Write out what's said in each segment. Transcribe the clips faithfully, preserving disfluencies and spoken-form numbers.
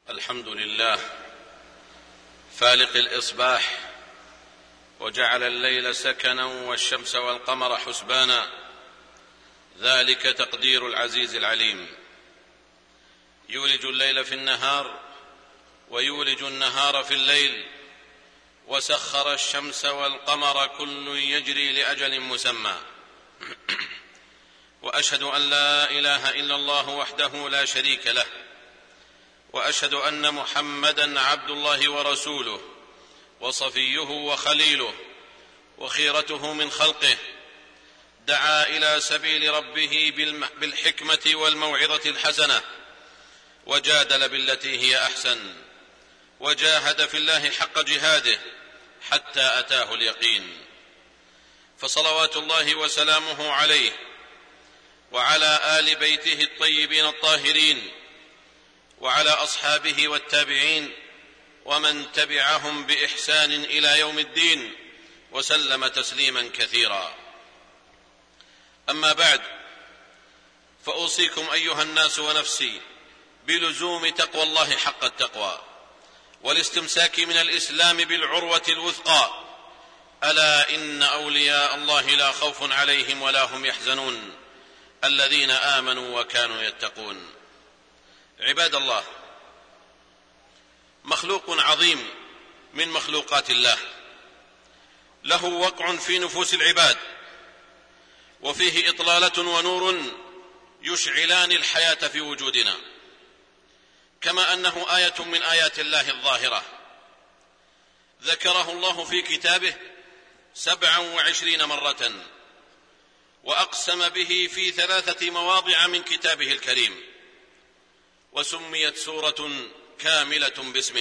الحمد لله فالق الإصباح، وجعل الليل سكنا والشمس والقمر حسبانا، ذلك تقدير العزيز العليم. يولج الليل في النهار ويولج النهار في الليل، وسخر الشمس والقمر كل يجري لأجل مسمى. وأشهد أن لا إله إلا الله وحده لا شريك له، وأشهد أن محمدًا عبد الله ورسوله وصفيه وخليله وخيرته من خلقه، دعا إلى سبيل ربه بالحكمة والموعظة الحسنة، وجادل بالتي هي أحسن، وجاهد في الله حق جهاده حتى أتاه اليقين. فصلوات الله وسلامه عليه وعلى آل بيته الطيبين الطاهرين، وعلى أصحابه والتابعين ومن تبعهم بإحسان إلى يوم الدين، وسلم تسليما كثيرا. أما بعد، فأوصيكم أيها الناس ونفسي بلزوم تقوى الله حق التقوى، والاستمساك من الإسلام بالعروة الوثقى. ألا إن أولياء الله لا خوف عليهم ولا هم يحزنون، الذين آمنوا وكانوا يتقون. عباد الله، مخلوق عظيم من مخلوقات الله، له وقع في نفوس العباد، وفيه إطلالة ونور يشعلان الحياة في وجودنا، كما أنه آية من آيات الله الظاهرة، ذكره الله في كتابه سبعا وعشرين مرة، وأقسم به في ثلاثة مواضع من كتابه الكريم، وسميت سورة كاملة باسمه.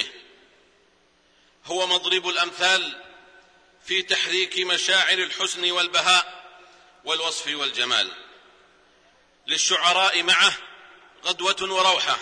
هو مضرب الأمثال في تحريك مشاعر الحسن والبهاء والوصف والجمال، للشعراء معه غدوة وروحة.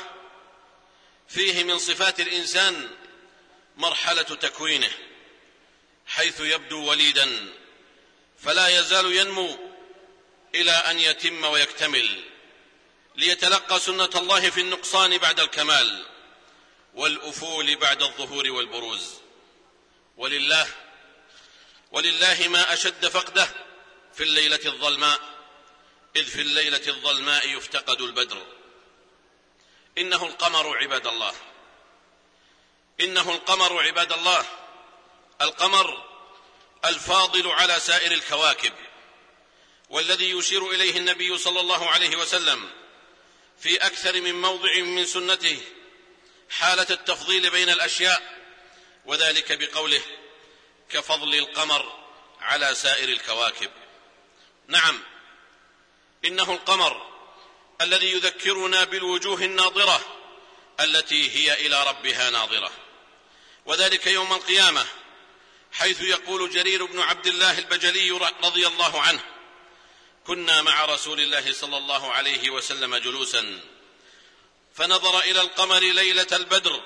فيه من صفات الإنسان مرحلة تكوينه، حيث يبدو وليدا فلا يزال ينمو إلى أن يتم ويكتمل، ليتلقى سنة الله في النقصان بعد الكمال، والأفول بعد الظهور والبروز. ولله ولله ما أشد فقده في الليلة الظلماء، إذ في الليلة الظلماء يفتقد البدر. إنه القمر عباد الله، إنه القمر عباد الله، القمر الفاضل على سائر الكواكب، والذي يشير إليه النبي صلى الله عليه وسلم في أكثر من موضع من سنته حالة التفضيل بين الأشياء، وذلك بقوله: كفضل القمر على سائر الكواكب. نعم، إنه القمر الذي يذكرنا بالوجوه الناظرة التي هي إلى ربها ناظرة، وذلك يوم القيامة، حيث يقول جرير بن عبد الله البجلي رضي الله عنه: كنا مع رسول الله صلى الله عليه وسلم جلوسا، فنظر إلى القمر ليلة البدر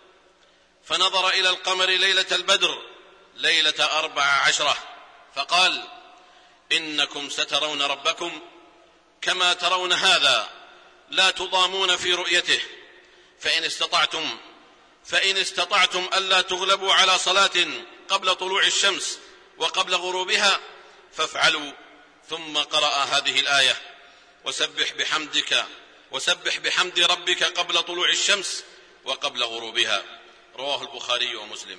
فنظر إلى القمر ليلة البدر ليلة أربع عشرة، فقال: إنكم سترون ربكم كما ترون هذا، لا تضامون في رؤيته، فإن استطعتم فإن استطعتم ألا تغلبوا على صلاة قبل طلوع الشمس وقبل غروبها فافعلوا. ثم قرأ هذه الآية: وسبح بحمدك وسبح بحمد ربك قبل طلوع الشمس وقبل غروبها. رواه البخاري ومسلم.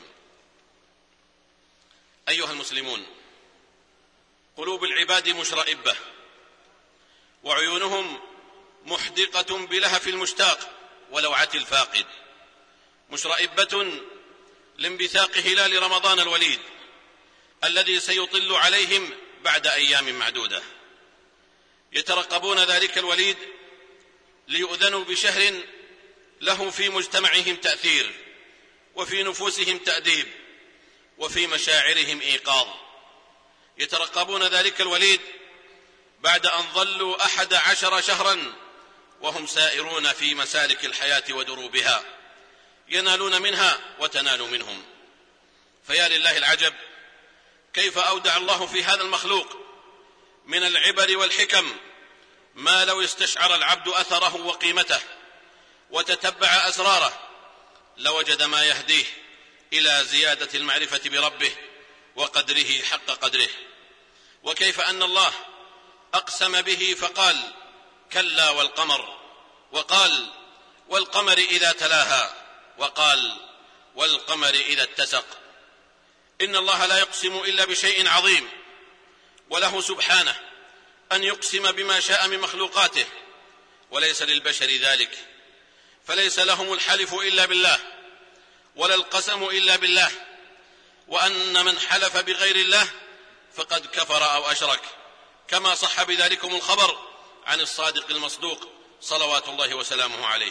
أيها المسلمون، قلوب العباد مشرئبة، وعيونهم محدقة بلهف المشتاق ولوعة الفاقد، مشرئبة لانبثاق هلال رمضان الوليد الذي سيطل عليهم بعد أيام معدودة. يترقبون ذلك الوليد ليؤذنوا بشهر له في مجتمعهم تأثير، وفي نفوسهم تأديب، وفي مشاعرهم إيقاظ. يترقبون ذلك الوليد بعد أن ظلوا أحد عشر شهرا وهم سائرون في مسالك الحياة ودروبها، ينالون منها وتنال منهم. فيا لله العجب، كيف أودع الله في هذا المخلوق من العبر والحكم ما لو استشعر العبد أثره وقيمته وتتبع أسراره لوجد ما يهديه إلى زيادة المعرفة بربه وقدره حق قدره. وكيف أن الله أقسم به فقال: كلا والقمر، وقال: والقمر إذا تلاها، وقال: والقمر إذا اتسق. إن الله لا يقسم إلا بشيء عظيم، وله سبحانه أن يقسم بما شاء من مخلوقاته، وليس للبشر ذلك، فليس لهم الحلف إلا بالله ولا القسم إلا بالله، وأن من حلف بغير الله فقد كفر أو أشرك، كما صح بذلكم الخبر عن الصادق المصدوق صلوات الله وسلامه عليه.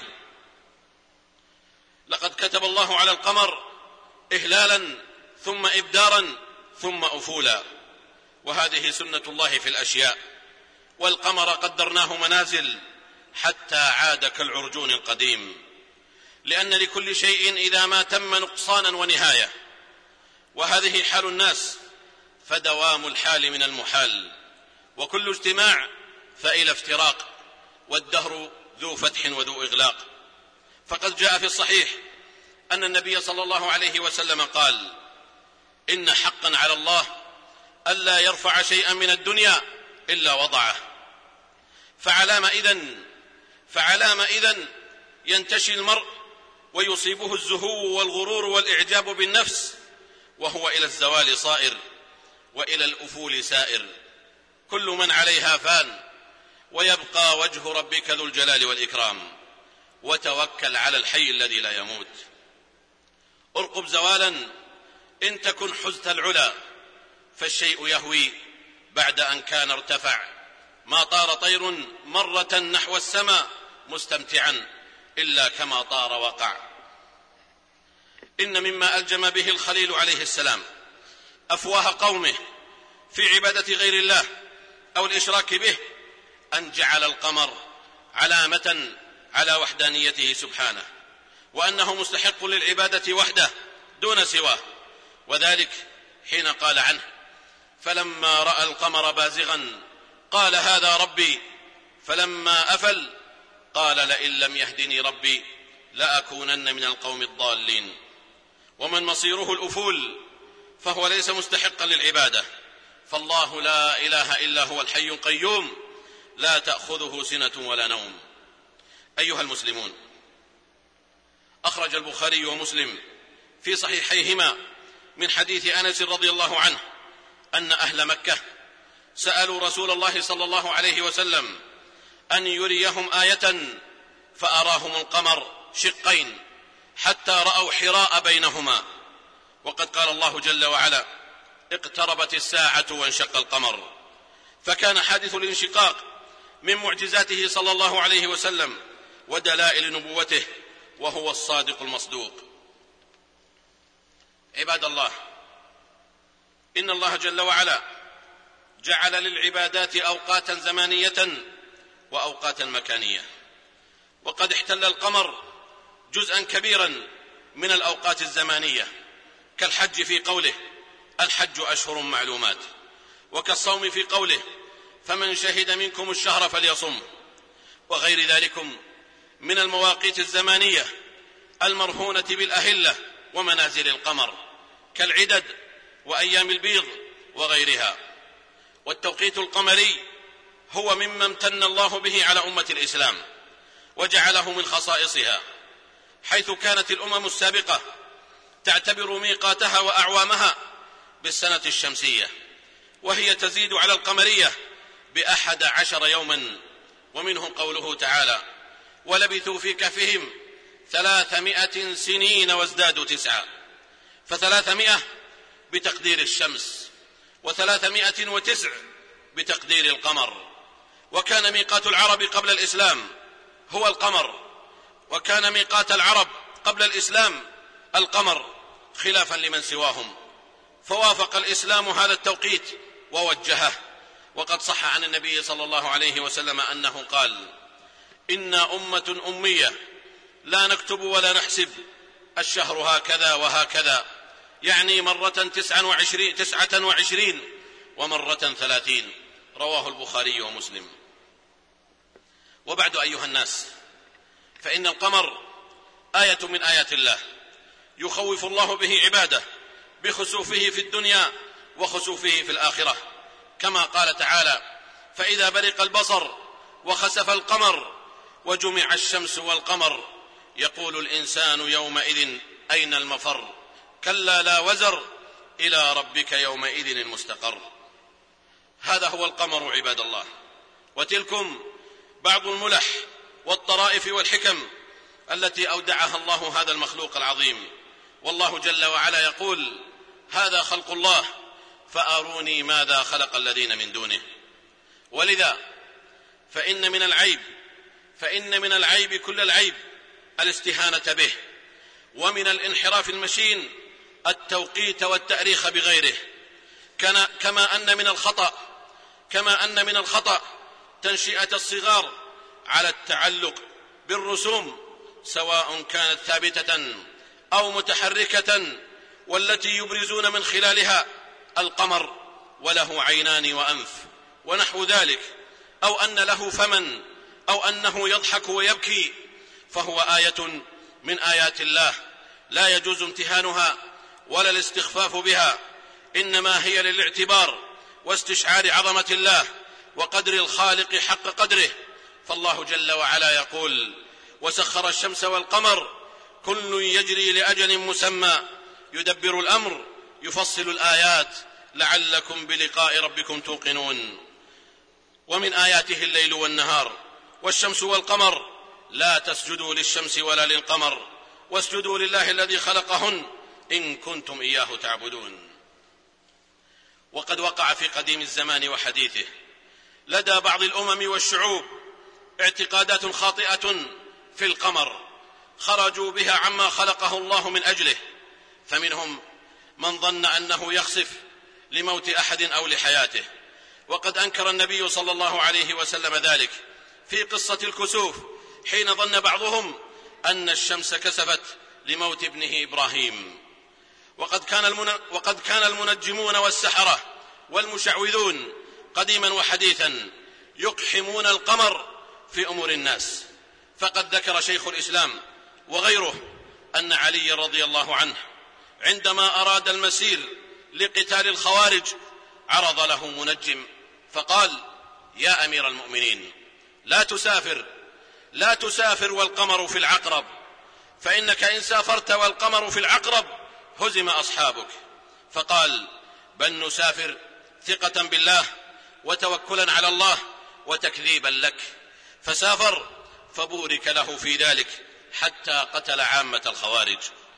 لقد كتب الله على القمر إهلالا ثم إبدارا ثم أفولا، وهذه سنة الله في الأشياء. والقمر قدرناه منازل حتى عاد كالعرجون القديم، لأن لكل شيء إذا ما تم نقصانا ونهاية، وهذه حال الناس، فدوام الحال من المحال، وكل اجتماع فإلى افتراق، والدهر ذو فتح وذو إغلاق. فقد جاء في الصحيح أن النبي صلى الله عليه وسلم قال: إن حقا على الله ألا يرفع شيئا من الدنيا إلا وضعه. فعلام إذن فعلام إذن ينتشي المرء ويصيبه الزهو والغرور والإعجاب بالنفس وهو إلى الزوال صائر وإلى الأفول سائر. كل من عليها فان، ويبقى وجه ربك ذو الجلال والإكرام. وتوكل على الحي الذي لا يموت. ارقب زوالا إن تكن حزت العلا، فالشيء يهوي بعد أن كان ارتفع. ما طار طير مرة نحو السماء مستمتعا إلا كما طار وقع. إن مما ألجم به الخليل عليه السلام أفواه قومه في عبادة غير الله أو الإشراك به أن جعل القمر علامة على وحدانيته سبحانه، وأنه مستحق للعبادة وحده دون سواه. وذلك حين قال عنه: فلما رأى القمر بازغا قال هذا ربي، فلما أفل قال لئن لم يهدني ربي لأكونن من القوم الضالين. ومن مصيره الأفول فهو ليس مستحقا للعبادة، فالله لا إله إلا هو الحي القيوم لا تأخذه سنة ولا نوم. أيها المسلمون، أخرج البخاري ومسلم في صحيحيهما من حديث أنس رضي الله عنه أن أهل مكة سألوا رسول الله صلى الله عليه وسلم أن يريهم آية، فأراهم القمر شقين حتى رأوا حراء بينهما. وقد قال الله جل وعلا: اقتربت الساعة وانشق القمر. فكان حادث الانشقاق من معجزاته صلى الله عليه وسلم ودلائل نبوته، وهو الصادق المصدوق. عباد الله، إن الله جل وعلا جعل للعبادات أوقاتا زمانية وأوقاتا مكانية، وقد احتل القمر جزءا كبيرا من الأوقات الزمانية، كالحج في قوله: الحج أشهر معلومات، وكالصوم في قوله: فمن شهد منكم الشهر فليصم، وغير ذلكم من المواقيت الزمانية المرهونة بالأهلة ومنازل القمر، كالعدد وأيام البيض وغيرها. والتوقيت القمري هو مما امتن الله به على أمة الإسلام وجعله من خصائصها، حيث كانت الأمم السابقة تعتبر ميقاتها وأعوامها بالسنة الشمسية، وهي تزيد على القمرية بأحد عشر يوما. ومنهم قوله تعالى: ولبثوا في كهفهم ثلاثمائة سنين وازدادوا تسعا. فثلاثمائة بتقدير الشمس، وثلاثمائة وتسع بتقدير القمر. وكان ميقات العرب قبل الإسلام هو القمر، وكان ميقات العرب قبل الإسلام القمر، خلافا لمن سواهم، فوافق الإسلام هذا التوقيت ووجهه. وقد صح عن النبي صلى الله عليه وسلم أنه قال: إنا أمة أمية لا نكتب ولا نحسب، الشهر هكذا وهكذا، يعني مرة تسعة وعشرين, تسعة وعشرين ومرة ثلاثين. رواه البخاري ومسلم. وبعد أيها الناس، فإن القمر آية من آيات الله، يخوف الله به عباده بخسوفه في الدنيا وخسوفه في الآخرة، كما قال تعالى: فإذا برق البصر وخسف القمر وجمع الشمس والقمر يقول الإنسان يومئذ أين المفر كلا لا وزر إلى ربك يومئذ المستقر. هذا هو القمر عباد الله، وتلكم بعض الملح والطرائف والحكم التي أودعها الله هذا المخلوق العظيم. والله جل وعلا يقول: هذا خلق الله فأروني ماذا خلق الذين من دونه. ولذا فإن من العيب فإن من العيب كل العيب الاستهانة به، ومن الانحراف المشين التوقيت والتأريخ بغيره، كما أن من الخطأ كما أن من الخطأ تنشئة الصغار على التعلق بالرسوم سواء كانت ثابتة أو متحركة، والتي يبرزون من خلالها القمر وله عينان وأنف ونحو ذلك، أو أن له فما، أو أنه يضحك ويبكي، فهو آية من آيات الله لا يجوز امتهانها ولا الاستخفاف بها، إنما هي للاعتبار واستشعار عظمة الله وقدر الخالق حق قدره. فالله جل وعلا يقول: وسخر الشمس والقمر كل يجري لأجل مسمى يدبر الأمر يفصل الآيات لعلكم بلقاء ربكم توقنون. ومن آياته الليل والنهار والشمس والقمر لا تسجدوا للشمس ولا للقمر واسجدوا لله الذي خلقهن إن كنتم إياه تعبدون. وقد وقع في قديم الزمان وحديثه لدى بعض الأمم والشعوب اعتقادات خاطئة في القمر خرجوا بها عما خلقه الله من أجله، فمنهم من ظن أنه يخسف لموت أحد أو لحياته، وقد أنكر النبي صلى الله عليه وسلم ذلك في قصة الكسوف، حين ظن بعضهم أن الشمس كسفت لموت ابنه إبراهيم. وقد كان, المن... وقد كان المنجمون والسحرة والمشعوذون قديما وحديثا يقحمون القمر في أمور الناس. فقد ذكر شيخ الإسلام وغيره أن علي رضي الله عنه عندما أراد المسير لقتال الخوارج عرض له منجم فقال: يا أمير المؤمنين، لا تسافر لا تسافر والقمر في العقرب، فإنك إن سافرت والقمر في العقرب هزم أصحابك. فقال: بل نسافر ثقة بالله وتوكلا على الله وتكذيبا لك. فسافر فبورك له في ذلك حتى قتل عامة الخوارج.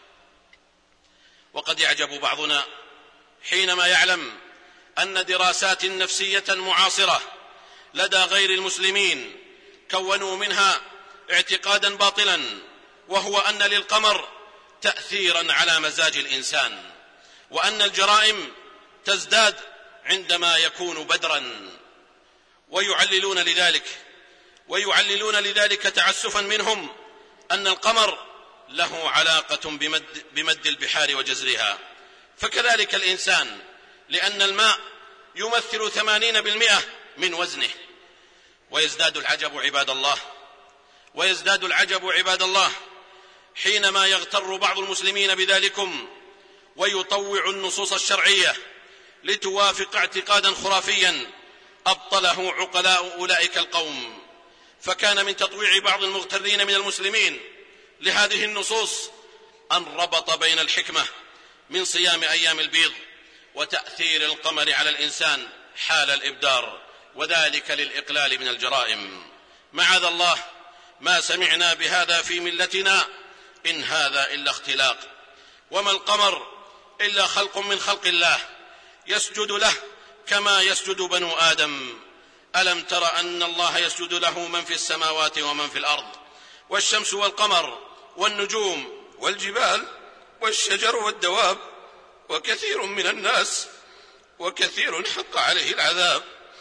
وقد يعجب بعضنا حينما يعلم أن دراسات نفسية معاصرة لدى غير المسلمين كونوا منها اعتقادا باطلا، وهو أن للقمر تأثيرا على مزاج الإنسان، وأن الجرائم تزداد عندما يكون بدرا، ويعللون لذلك ويعللون لذلك تعسفا منهم أن القمر له علاقة بمد, بمد البحار وجزرها، فكذلك الإنسان، لأن الماء يمثل ثمانين بالمئة من وزنه. ويزداد العجب عباد الله ويزداد العجب عباد الله حينما يغتر بعض المسلمين بذلكم ويطوع النصوص الشرعية لتوافق اعتقادا خرافيا أبطله عقلاء أولئك القوم. فكان من تطويع بعض المغترين من المسلمين لهذه النصوص أن ربط بين الحكمة من صيام أيام البيض وتأثير القمر على الإنسان حال الإبدار، وذلك للإقلال من الجرائم. معاذ الله، ما سمعنا بهذا في ملتنا، إن هذا إلا اختلاق. وما القمر إلا خلق من خلق الله يسجد له كما يسجد بنو آدم. ألم تر أن الله يسجد له من في السماوات ومن في الأرض، والشمس والقمر والنجوم والجبال والشجر والدواب، وكثير من الناس وكثير حق عليه العذاب،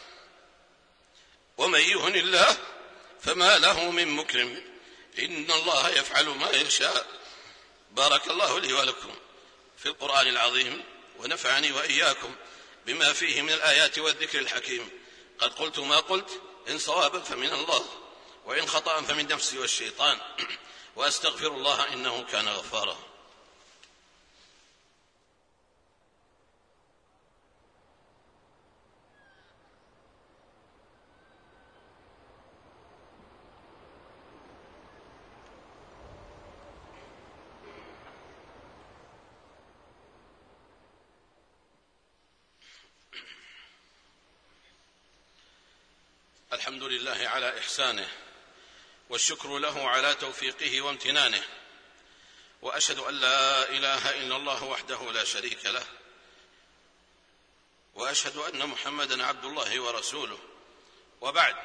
ومن يهن الله فما له من مكرم، إن الله يفعل ما يشاء. بارك الله لي ولكم في القرآن العظيم، ونفعني وإياكم بما فيه من الآيات والذكر الحكيم. قد قلت ما قلت، إن صوابا فمن الله، وإن خطأ فمن نفسي والشيطان، وأستغفر الله إنه كان غفارا. الحمد لله على إحسانه، والشكر له على توفيقه وامتنانه، وأشهد أن لا إله إلا الله وحده لا شريك له، وأشهد أن محمدًا عبد الله ورسوله. وبعد،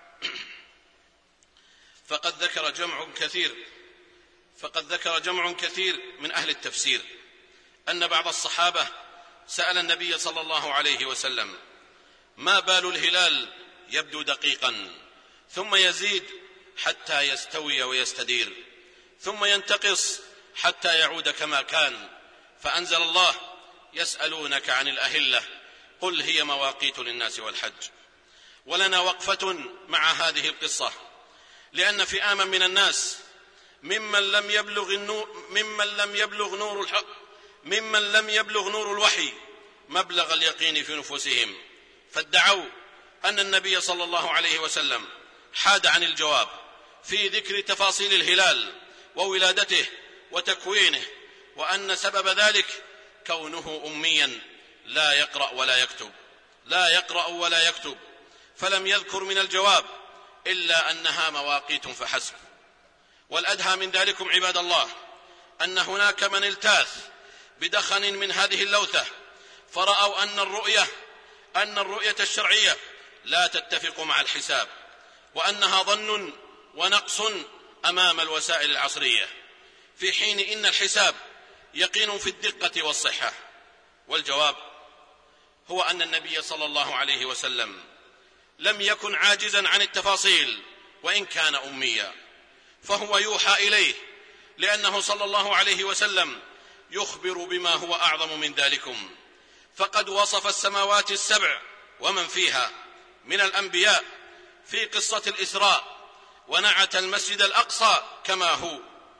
فقد ذكر جمع كثير فقد ذكر جمع كثير من أهل التفسير أن بعض الصحابة سأل النبي صلى الله عليه وسلم: ما بال الهلال يبدو دقيقا ثم يزيد حتى يستوي ويستدير ثم ينتقص حتى يعود كما كان؟ فأنزل الله: يسألونك عن الأهلة قل هي مواقيت للناس والحج. ولنا وقفة مع هذه القصة، لأن فئاما من الناس ممن لم يبلغ النور ممن لم يبلغ نور الحق ممن لم يبلغ نور الوحي مبلغ اليقين في نفوسهم، فادعوا أن النبي صلى الله عليه وسلم حاد عن الجواب في ذكر تفاصيل الهلال وولادته وتكوينه، وأن سبب ذلك كونه أميا لا يقرأ ولا يكتب لا يقرأ ولا يكتب فلم يذكر من الجواب إلا أنها مواقيت فحسب. والأدهى من ذلكم عباد الله أن هناك من التاث بدخن من هذه اللوثة، فرأوا أن الرؤية أن الرؤية الشرعية لا تتفق مع الحساب، وأنها ظن ونقص أمام الوسائل العصرية، في حين إن الحساب يقين في الدقة والصحة. والجواب هو أن النبي صلى الله عليه وسلم لم يكن عاجزا عن التفاصيل وإن كان أميا، فهو يوحى إليه، لأنه صلى الله عليه وسلم يخبر بما هو أعظم من ذلكم، فقد وصف السماوات السبع ومن فيها من الأنبياء في قصة الإسراء، ونعت المسجد الأقصى كما هو.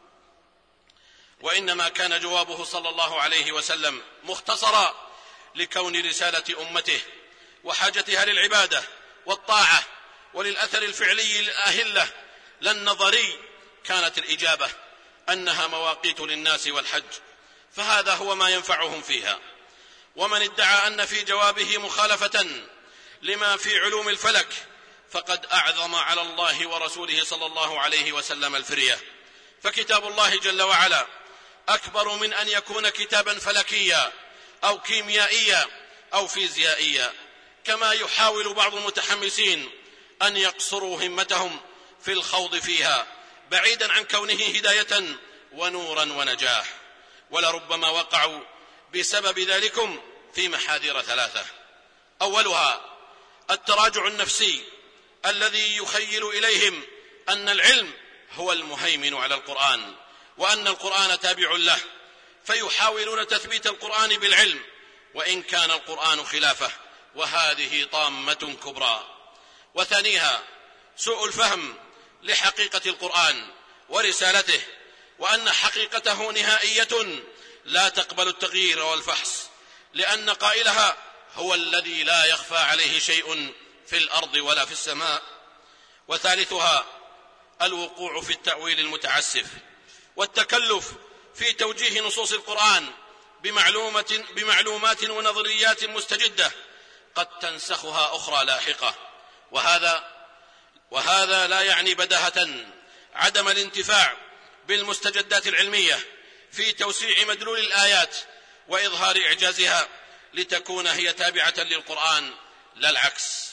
وإنما كان جوابه صلى الله عليه وسلم مختصرا لكون رسالة أمته وحاجتها للعبادة والطاعة وللأثر الفعلي للأهلة لا النظري، كانت الإجابة أنها مواقيت للناس والحج، فهذا هو ما ينفعهم فيها. ومن ادعى أن في جوابه مخالفة لما في علوم الفلك فقد أعظم على الله ورسوله صلى الله عليه وسلم الفرية، فكتاب الله جل وعلا أكبر من أن يكون كتابا فلكيا أو كيميائيا أو فيزيائيا، كما يحاول بعض المتحمسين أن يقصروا همتهم في الخوض فيها، بعيدا عن كونه هداية ونورا ونجاح. ولربما وقعوا بسبب ذلكم في محاذير ثلاثة: أولها التراجع النفسي الذي يخيل إليهم أن العلم هو المهيمن على القرآن، وأن القرآن تابع له، فيحاولون تثبيت القرآن بالعلم وإن كان القرآن خلافه، وهذه طامة كبرى. وثانيها سوء الفهم لحقيقة القرآن ورسالته، وأن حقيقته نهائية لا تقبل التغيير والفحص، لأن قائلها هو الذي لا يخفى عليه شيء في الأرض ولا في السماء. وثالثها الوقوع في التأويل المتعسف والتكلف في توجيه نصوص القرآن بمعلومة بمعلومات ونظريات مستجدة قد تنسخها أخرى لاحقة، وهذا وهذا لا يعني بداهة عدم الانتفاع بالمستجدات العلمية في توسيع مدلول الآيات وإظهار إعجازها لتكون هي تابعة للقرآن، لا العكس.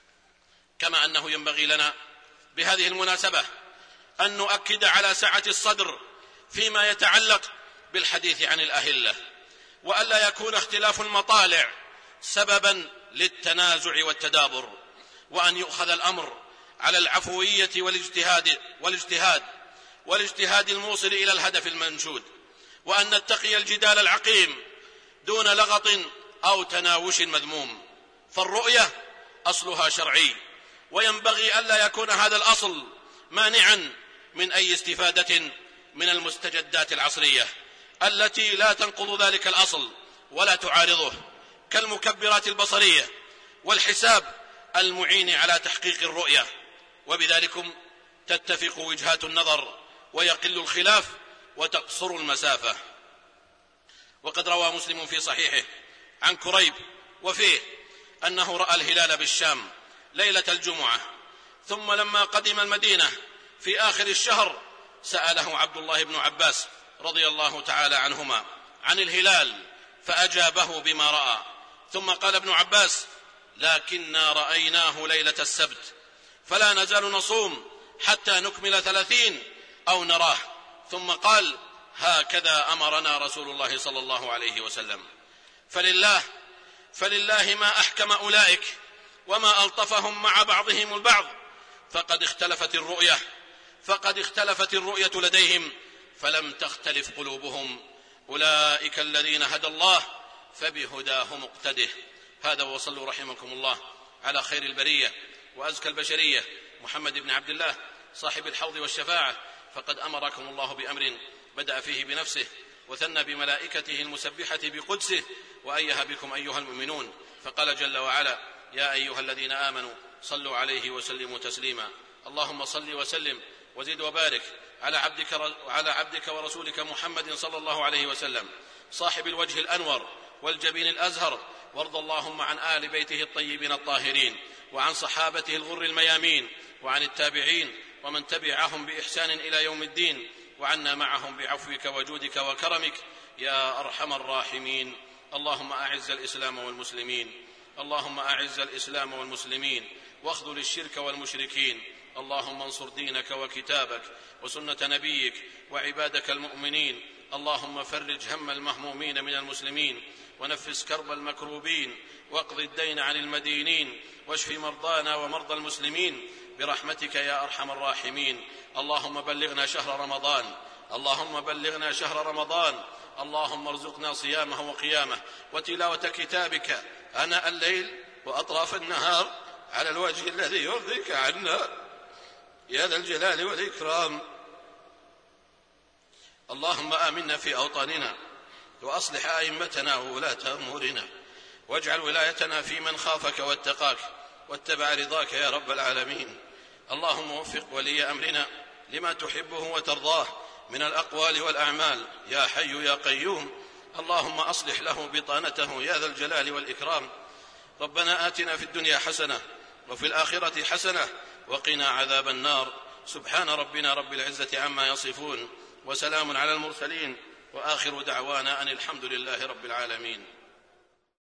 كما أنه ينبغي لنا بهذه المناسبة أن نؤكد على سعة الصدر فيما يتعلق بالحديث عن الأهلة، وألا يكون اختلاف المطالع سببا للتنازع والتدابر، وأن يؤخذ الأمر على العفوية والاجتهاد والاجتهاد والاجتهاد الموصل إلى الهدف المنشود، وأن نتقي الجدال العقيم دون لغط أو تناوش مذموم، فالرؤية أصلها شرعي، وينبغي ألا يكون هذا الأصل مانعا من أي استفادة من المستجدات العصرية التي لا تنقض ذلك الأصل ولا تعارضه، كالمكبرات البصرية والحساب المعين على تحقيق الرؤية، وبذلكم تتفق وجهات النظر ويقل الخلاف وتقصر المسافة. وقد روى مسلم في صحيحه عن كريب وفيه أنه رأى الهلال بالشام ليلة الجمعة، ثم لما قدم المدينة في آخر الشهر سأله عبد الله بن عباس رضي الله تعالى عنهما عن الهلال فأجابه بما رأى. ثم قال ابن عباس: لكننا رأيناه ليلة السبت، فلا نزال نصوم حتى نكمل ثلاثين أو نراه. ثم قال: هكذا أمرنا رسول الله صلى الله عليه وسلم. فلله فلله ما أحكم أولئك وما ألطفهم مع بعضهم البعض، فقد اختلفت الرؤية فقد اختلفت الرؤية لديهم فلم تختلف قلوبهم. أولئك الذين هدى الله فبهداه مقتده. هذا وصلوا رحمكم الله على خير البرية وأزكى البشرية محمد بن عبد الله صاحب الحوض والشفاعة، فقد أمركم الله بأمر بدأ فيه بنفسه وثنى بملائكته المسبحة بقدسه وأيه بكم أيها المؤمنون، فقال جل وعلا: يا أيها الذين آمنوا صلوا عليه وسلموا تسليما. اللهم صل وسلم وزد وبارك على عبدك, على عبدك ورسولك محمد صلى الله عليه وسلم، صاحب الوجه الأنور والجبين الأزهر، وارض اللهم عن آل بيته الطيبين الطاهرين، وعن صحابته الغر الميامين، وعن التابعين ومن تبعهم بإحسان إلى يوم الدين، وعنا معهم بعفوك وجودك وكرمك يا أرحم الراحمين. اللهم أعز الإسلام والمسلمين اللهم أعز الإسلام والمسلمين واخذل الشرك والمشركين. اللهم انصر دينك وكتابك وسنة نبيك وعبادك المؤمنين. اللهم فرج هم المهمومين من المسلمين، ونفس كرب المكروبين، واقض الدين عن المدينين، واشف مرضانا ومرضى المسلمين برحمتك يا أرحم الراحمين. اللهم بلغنا شهر رمضان اللهم بلغنا شهر رمضان اللهم ارزقنا صيامه وقيامه وتلاوة كتابك آناء الليل وأطراف النهار على الوجه الذي يرضيك عنا يا ذا الجلال والإكرام. اللهم آمنا في أوطاننا، وأصلح أئمتنا وولاة أمورنا، واجعل ولايتنا في من خافك واتقاك واتبع رضاك يا رب العالمين. اللهم وفق ولي أمرنا لما تحبه وترضاه من الأقوال والأعمال يا حي يا قيوم. اللهم أصلح له بطانته يا ذا الجلال والإكرام. ربنا آتنا في الدنيا حسنة وفي الآخرة حسنة وقنا عذاب النار. سبحان ربنا رب العزة عما يصفون، وسلام على المرسلين، وآخر دعوانا أن الحمد لله رب العالمين.